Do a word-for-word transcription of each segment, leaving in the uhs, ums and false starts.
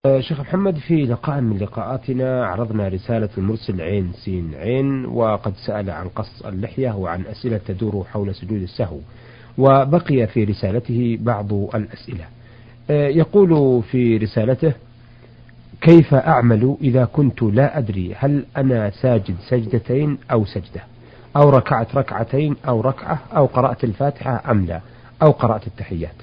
شيخ محمد، في لقاء من لقاءاتنا عرضنا رسالة المرسل عين سين عين، وقد سأل عن قص اللحية وعن أسئلة تدور حول سجود السهو، وبقي في رسالته بعض الأسئلة. يقول في رسالته: كيف أعمل إذا كنت لا أدري هل أنا ساجد سجدتين أو سجدة، أو ركعت ركعتين أو ركعة، أو قرأت الفاتحة أم لا، أو قرأت التحيات؟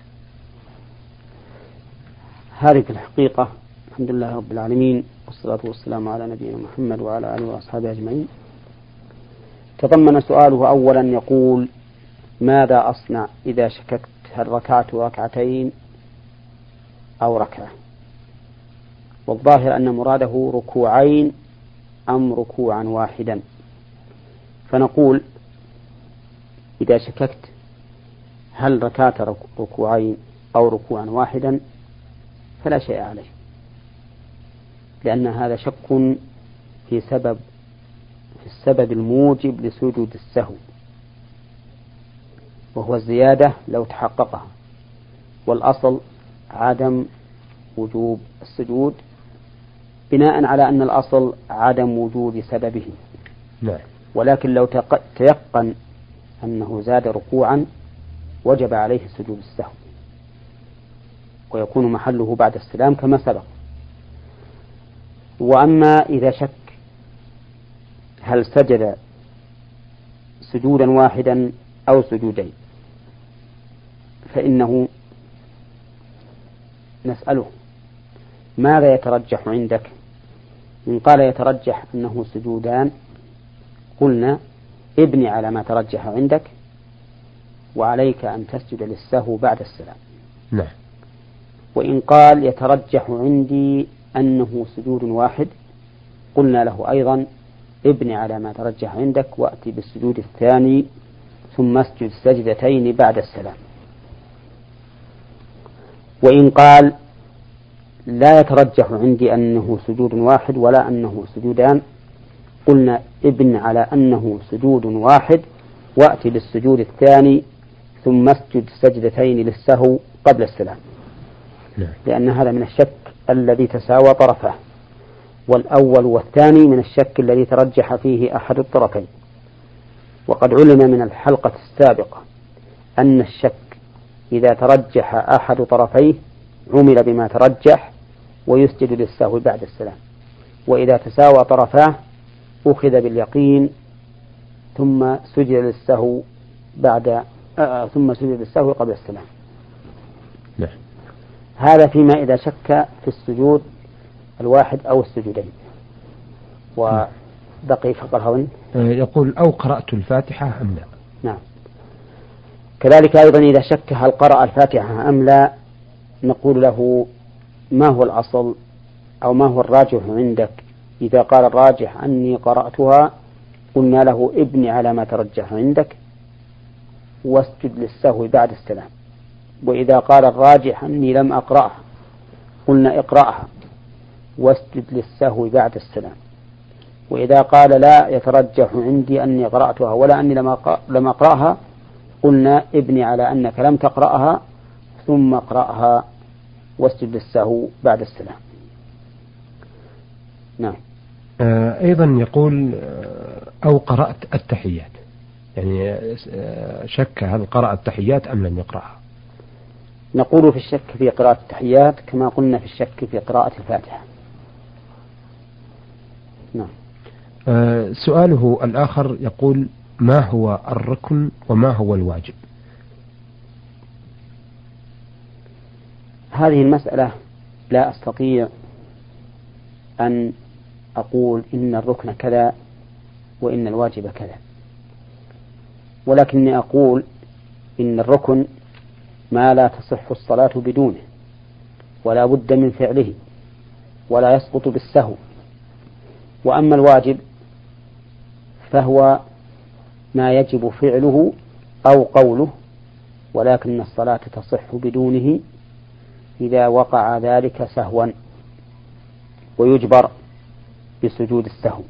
هذه في الحقيقة الحمد لله رب العالمين، والصلاة والسلام على نبينا محمد وعلى آله وأصحابه أجمعين. تضمن سؤاله أولا يقول: ماذا أصنع إذا شككت هل ركعت ركعتين أو ركعة؟ والظاهر أن مراده ركوعين أم ركوعا واحدا، فنقول: إذا شككت هل ركعت ركوعين أو ركوعا واحدا فلا شيء عليه، لأن هذا شك في سبب في السبب الموجب لسجود السهو، وهو الزيادة لو تحققها، والأصل عدم وجوب السجود بناء على أن الأصل عدم وجود سببه. نعم. ولكن لو تيقن أنه زاد ركوعا وجب عليه سجود السهو، ويكون محله بعد السلام كما سبق. وأما إذا شك هل سجد سجودا واحدا أو سجودين فإنه نسأله: ماذا يترجح عندك؟ إن قال يترجح أنه سجودان قلنا: ابني على ما ترجح عندك، وعليك أن تسجد للسهو بعد السلام. نعم. وإن قال يترجح عندي أنه سجود واحد قلنا له أيضا: ابني على ما ترجح عندك وأتي بالسجود الثاني ثم اسجد سجدتين بعد السلام. وإن قال لا يترجح عندي أنه سجود واحد ولا أنه سجودان قلنا: ابن على أنه سجود واحد وأتي بالسجود الثاني ثم اسجد سجدتين للسهو قبل السلام. لأن هذا من الشك الذي تساوى طرفه، والأول والثاني من الشك الذي ترجح فيه أحد الطرفين. وقد علم من الحلقة السابقة أن الشك إذا ترجح أحد طرفيه عمل بما ترجح ويسجد للسهو بعد السلام، وإذا تساوى طرفاه أخذ باليقين ثم سجد للسهو بعد آه ثم سجد للسهو قبل السلام. نعم. هذا فيما إذا شك في السجود الواحد أو السجودين. وبقي فقط هون يقول: أو قرأت الفاتحة أم لا. نعم. كذلك أيضا إذا شك هل قرأ الفاتحة أم لا نقول له: ما هو الأصل أو ما هو الراجح عندك؟ إذا قال الراجح أني قرأتها قلنا له: ابني على ما ترجح عندك واسجد للسهو بعد السلام. وإذا قال الراجح أني لم أقرأها قلنا: اقرأها واسجد للسهو بعد السلام. وإذا قال لا يترجح عندي أني قرأتها ولا أني لم أقرأها قلنا: ابني على أنك لم تقرأها ثم اقرأها واسجد للسهو بعد السلام. نعم. أيضا يقول: أو قرأت التحيات، يعني شك هل قرأ التحيات أم لم يقرأها. نقول في الشك في قراءة التحيات كما قلنا في الشك في قراءة الفاتحة. نعم. أه سؤاله الآخر يقول: ما هو الركن وما هو الواجب؟ هذه المسألة لا أستطيع أن أقول إن الركن كذا وإن الواجب كذا، ولكني أقول إن الركن ما لا تصح الصلاة بدونه ولا بد من فعله ولا يسقط بالسهو. وأما الواجب فهو ما يجب فعله أو قوله، ولكن الصلاة تصح بدونه إذا وقع ذلك سهوا ويجبر بسجود السهو.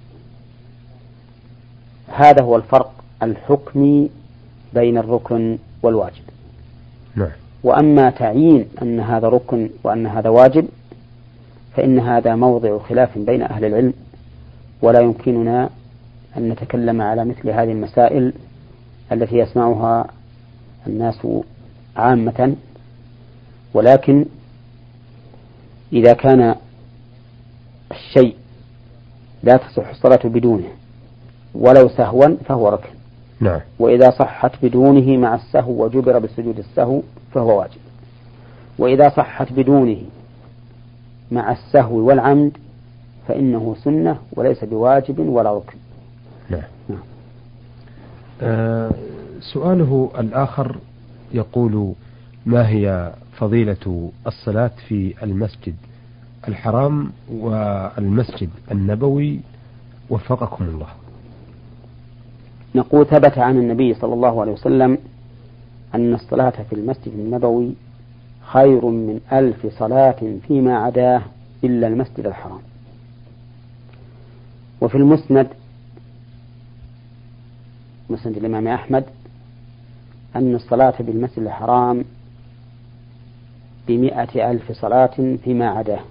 هذا هو الفرق الحكمي بين الركن والواجب. نعم. وأما تعيين أن هذا ركن وأن هذا واجب فإن هذا موضع خلاف بين أهل العلم، ولا يمكننا أن نتكلم على مثل هذه المسائل التي يسمعها الناس عامة. ولكن إذا كان الشيء لا تصح الصلاة بدونه ولو سهوا فهو ركن، نعم. وإذا صحت بدونه مع السهو وجبر بسجود السهو فهو واجب، وإذا صحت بدونه مع السهو والعمد فإنه سنة وليس بواجب ولا ركن. نعم. نعم. آه سؤاله الآخر يقول: ما هي فضيلة الصلاة في المسجد الحرام والمسجد النبوي وفقكم الله؟ نقول: ثبت عن النبي صلى الله عليه وسلم أن الصلاة في المسجد النبوي خير من ألف صلاة فيما عداه إلا المسجد الحرام. وفي المسند مسند الإمام أحمد أن الصلاة بالمسجد الحرام بمئة ألف صلاة فيما عداه،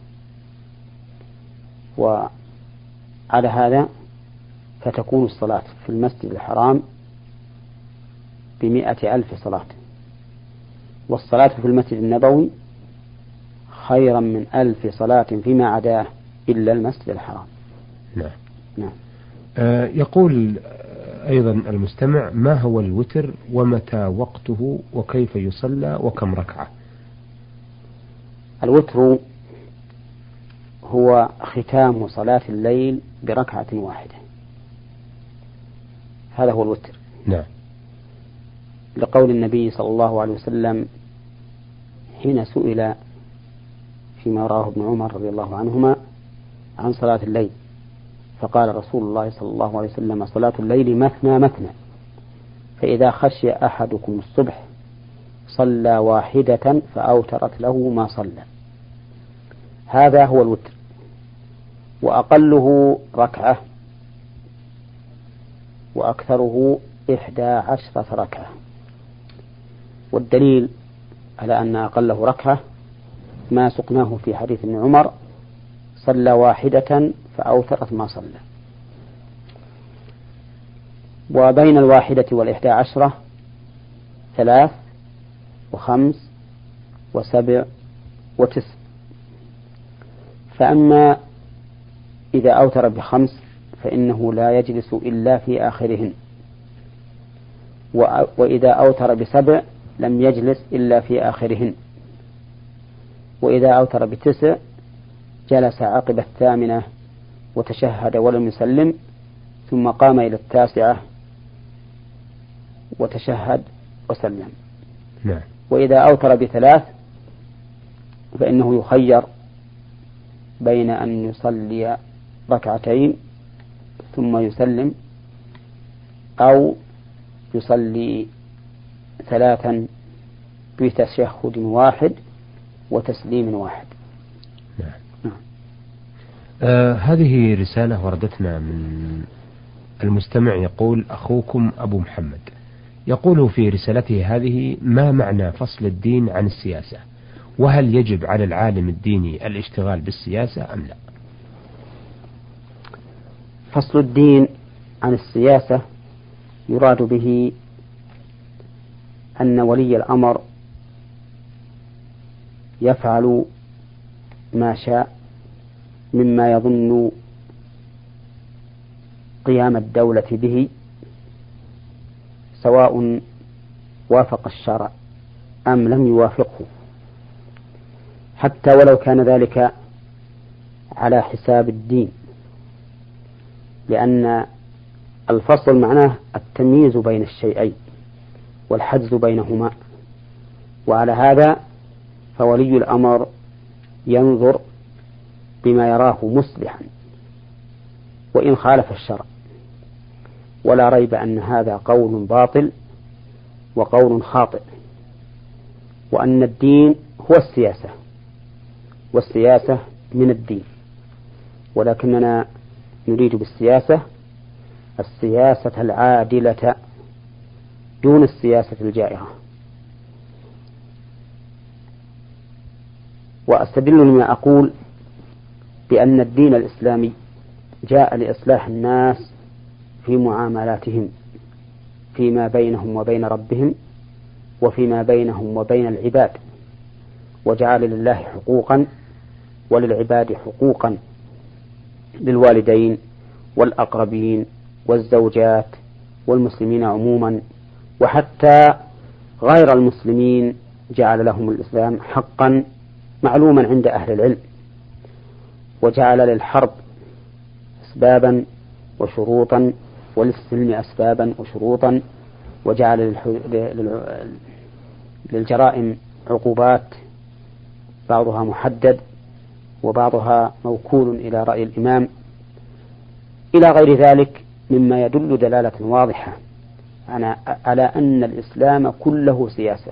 وعلى هذا فتكون الصلاة في المسجد الحرام بمئة ألف صلاة، والصلاة في المسجد النبوي خيرا من ألف صلاة فيما عداه إلا المسجد الحرام. نعم. نعم. آه يقول أيضا المستمع: ما هو الوتر ومتى وقته وكيف يصلى وكم ركعة؟ الوتر هو ختام صلاة الليل بركعة واحدة، هذا هو الوتر. نعم. لقول النبي صلى الله عليه وسلم حين سئل فيما رواه ابن عمر رضي الله عنهما عن صلاة الليل، فقال رسول الله صلى الله عليه وسلم: صلاة الليل مثنى مثنى، فإذا خشي أحدكم الصبح صلى واحدة فأوترت له ما صلى. هذا هو الوتر، وأقله ركعة وأكثره إحدى عشرة ركعة. والدليل على أن أقله ركعة ما سقناه في حديث ابن عمر: صلى واحدة فأوترت ما صلى. وبين الواحدة والإحدى عشرة ثلاث وخمس وسبع وتسع. فأما إذا أوتر بخمس فإنه لا يجلس إلا في آخرهن، وإذا أوتر بسبع لم يجلس إلا في آخرهن، وإذا أوتر بتسع جلس عقب الثامنة وتشهد ولم يسلم، ثم قام إلى التاسعة وتشهد وسلم. نعم. وإذا أوتر بثلاث فإنه يخير بين أن يصلي ركعتين ثم يسلم أو يصلي ثلاثا بتشهد واحد وتسليم واحد. نعم. نعم. آه هذه رسالة وردتنا من المستمع يقول: أخوكم أبو محمد، يقول في رسالته هذه: ما معنى فصل الدين عن السياسة؟ وهل يجب على العالم الديني الاشتغال بالسياسة أم لا؟ فصل الدين عن السياسة يراد به أن ولي الأمر يفعل ما شاء مما يظن قيام الدولة به، سواء وافق الشرع أم لم يوافقه، حتى ولو كان ذلك على حساب الدين، لأن الفصل معناه التمييز بين الشيئين والحجز بينهما. وعلى هذا فولي الأمر ينظر بما يراه مصلحا وإن خالف الشرع، ولا ريب أن هذا قول باطل وقول خاطئ، وأن الدين هو السياسة والسياسة من الدين، ولكننا نريد بالسياسة السياسة العادلة دون السياسة الجائرة. وأستدل لما أقول بأن الدين الإسلامي جاء لإصلاح الناس في معاملاتهم فيما بينهم وبين ربهم وفيما بينهم وبين العباد، وجعل لله حقوقا وللعباد حقوقا، للوالدين والأقربين والزوجات والمسلمين عموما، وحتى غير المسلمين جعل لهم الإسلام حقا معلوما عند أهل العلم، وجعل للحرب أسبابا وشروطا وللسلم أسبابا وشروطا، وجعل للجرائم عقوبات بعضها محدد وبعضها موكول إلى رأي الإمام، إلى غير ذلك مما يدل دلالة واضحة على أن الإسلام كله سياسة.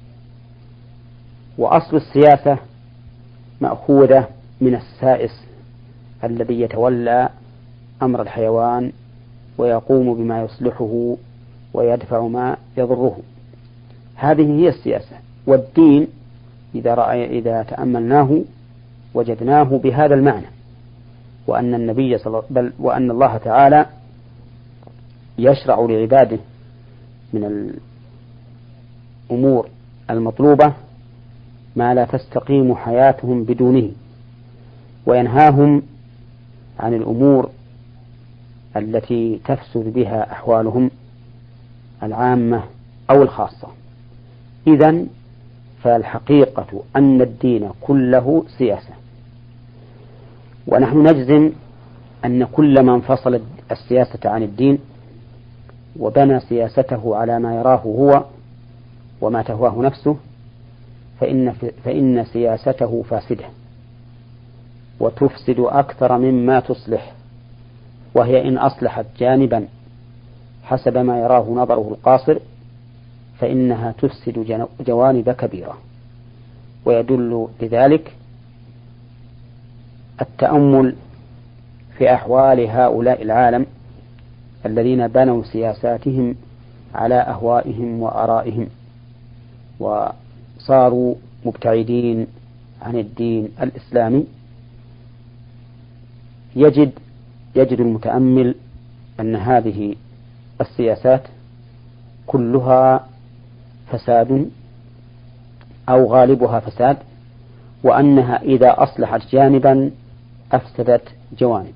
وأصل السياسة مأخوذة من السائس الذي يتولى أمر الحيوان ويقوم بما يصلحه ويدفع ما يضره، هذه هي السياسة. والدين إذا رأي إذا تأملناه وجدناه بهذا المعنى، وأن النبي صلى بل وأن الله تعالى يشرع لعباده من الأمور المطلوبة ما لا تستقيم حياتهم بدونه، وينهاهم عن الأمور التي تفسد بها أحوالهم العامة أو الخاصة. إذن فالحقيقة أن الدين كله سياسة، ونحن نجزم أن كل من فصل السياسة عن الدين وبنى سياسته على ما يراه هو وما تهواه نفسه فإن, فإن سياسته فاسدة وتفسد أكثر مما تصلح، وهي إن أصلحت جانبا حسب ما يراه نظره القاصر فإنها تفسد جوانب كبيرة. ويدل لذلك التأمل في أحوال هؤلاء العالم الذين بنوا سياساتهم على أهوائهم وآرائهم وصاروا مبتعدين عن الدين الإسلامي. يجد يجد المتأمل أن هذه السياسات كلها فساد أو غالبها فساد، وأنها إذا أصلحت جانبا أفسدت جوانب.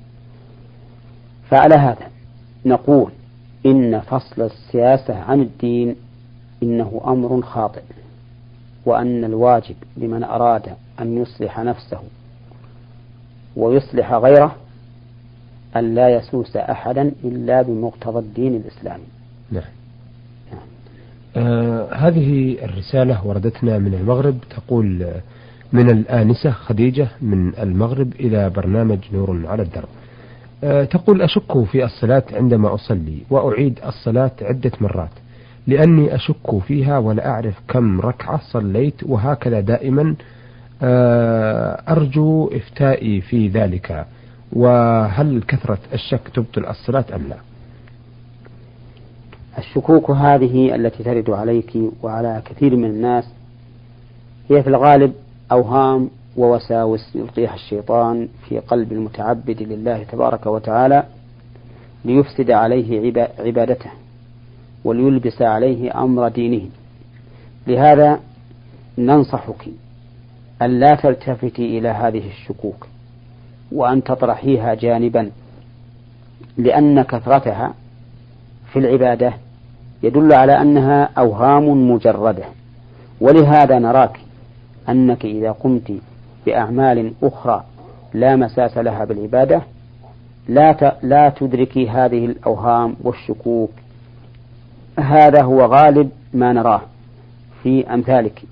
فعلى هذا نقول إن فصل السياسة عن الدين إنه أمر خاطئ، وأن الواجب لمن أراد أن يصلح نفسه ويصلح غيره أن لا يسوس أحدا إلا بمقتضى الدين الإسلامي. نعم. آه هذه الرسالة وردتنا من المغرب، تقول من الآنسة خديجة من المغرب إلى برنامج نور على الدرب. آه تقول أشك في الصلاة عندما أصلي وأعيد الصلاة عدة مرات لأني أشك فيها ولا أعرف كم ركعة صليت، وهكذا دائما. آه أرجو إفتائي في ذلك، وهل كثرة الشك تبطل الصلاة أم لا؟ الشكوك هذه التي ترد عليك وعلى كثير من الناس هي في الغالب أوهام ووساوس يلقيها الشيطان في قلب المتعبد لله تبارك وتعالى ليفسد عليه عبادته وليلبس عليه أمر دينه. لهذا ننصحك أن لا تلتفتي إلى هذه الشكوك وأن تطرحيها جانبا، لأن كثرتها في العبادة يدل على أنها أوهام مجردة. ولهذا نراك أنك إذا قمت بأعمال أخرى لا مساس لها بالعبادة لا لا تدركي هذه الأوهام والشكوك. هذا هو غالب ما نراه في أمثالك.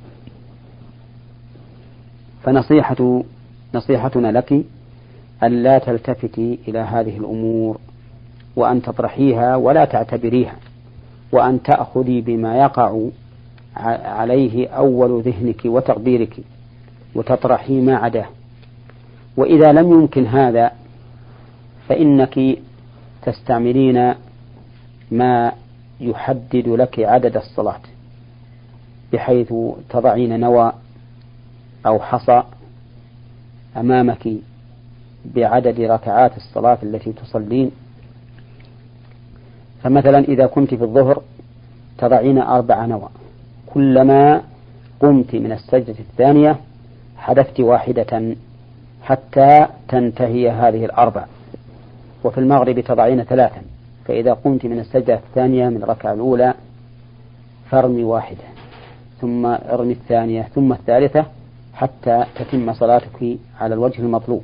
فنصيحة نصيحتنا لك أن لا تلتفتي إلى هذه الأمور، وأن تطرحيها ولا تعتبريها، وأن تأخذي بما يقع عليه أول ذهنك وتقديرك وتطرحي ما عداه. وإذا لم يمكن هذا فإنك تستعملين ما يحدد لك عدد الصلاة، بحيث تضعين نوى أو حصى أمامك بعدد ركعات الصلاة التي تصلين. فمثلا إذا كنت في الظهر تضعين أربع نوى، كلما قمت من السجدة الثانية حذفت واحدة حتى تنتهي هذه الأربع. وفي المغرب تضعين ثلاثا، فإذا قمت من السجدة الثانية من الركعة الأولى فارمي واحدة، ثم ارمي الثانية، ثم الثالثة، حتى تتم صلاتك على الوجه المطلوب.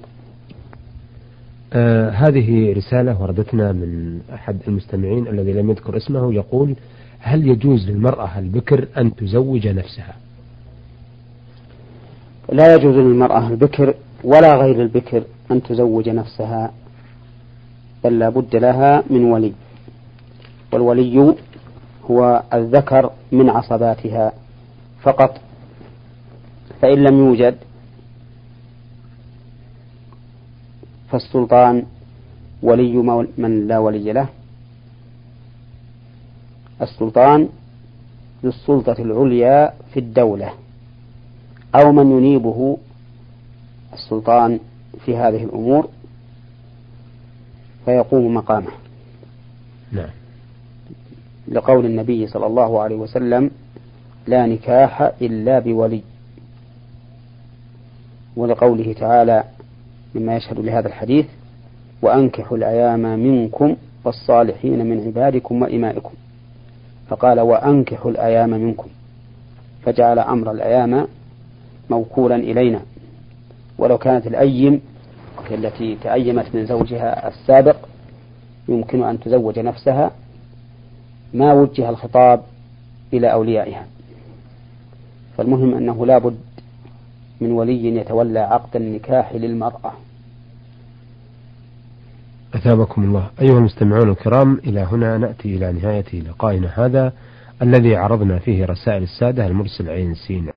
آه هذه رسالة وردتنا من أحد المستمعين الذي لم يذكر اسمه، يقول: هل يجوز للمرأة البكر أن تزوج نفسها؟ لا يجوز للمرأة البكر ولا غير البكر أن تزوج نفسها، بل لا بد لها من ولي، والولي هو الذكر من عصباتها فقط. فإن لم يوجد فالسلطان ولي من لا ولي له. السلطان ذو السلطة العليا في الدولة، أو من ينيبه السلطان في هذه الأمور فيقوم مقامه. نعم. لقول النبي صلى الله عليه وسلم: لا نكاح إلا بولي. ولقوله تعالى مما يشهد لهذا الحديث: وأنكحوا الأيام منكم والصالحين من عبادكم وإمائكم، فقال: وأنكحوا الأيام منكم، فجعل أمر الأيام موكولا إلينا. ولو كانت الأيم التي تأيمت من زوجها السابق يمكن أن تزوج نفسها ما وجه الخطاب إلى أوليائها. فالمهم أنه لا بد من ولي يتولى عقد النكاح للمرأة. أثابكم الله. أيها المستمعون الكرام، إلى هنا نأتي إلى نهاية لقائنا هذا الذي عرضنا فيه رسائل السادة المرسل عين سين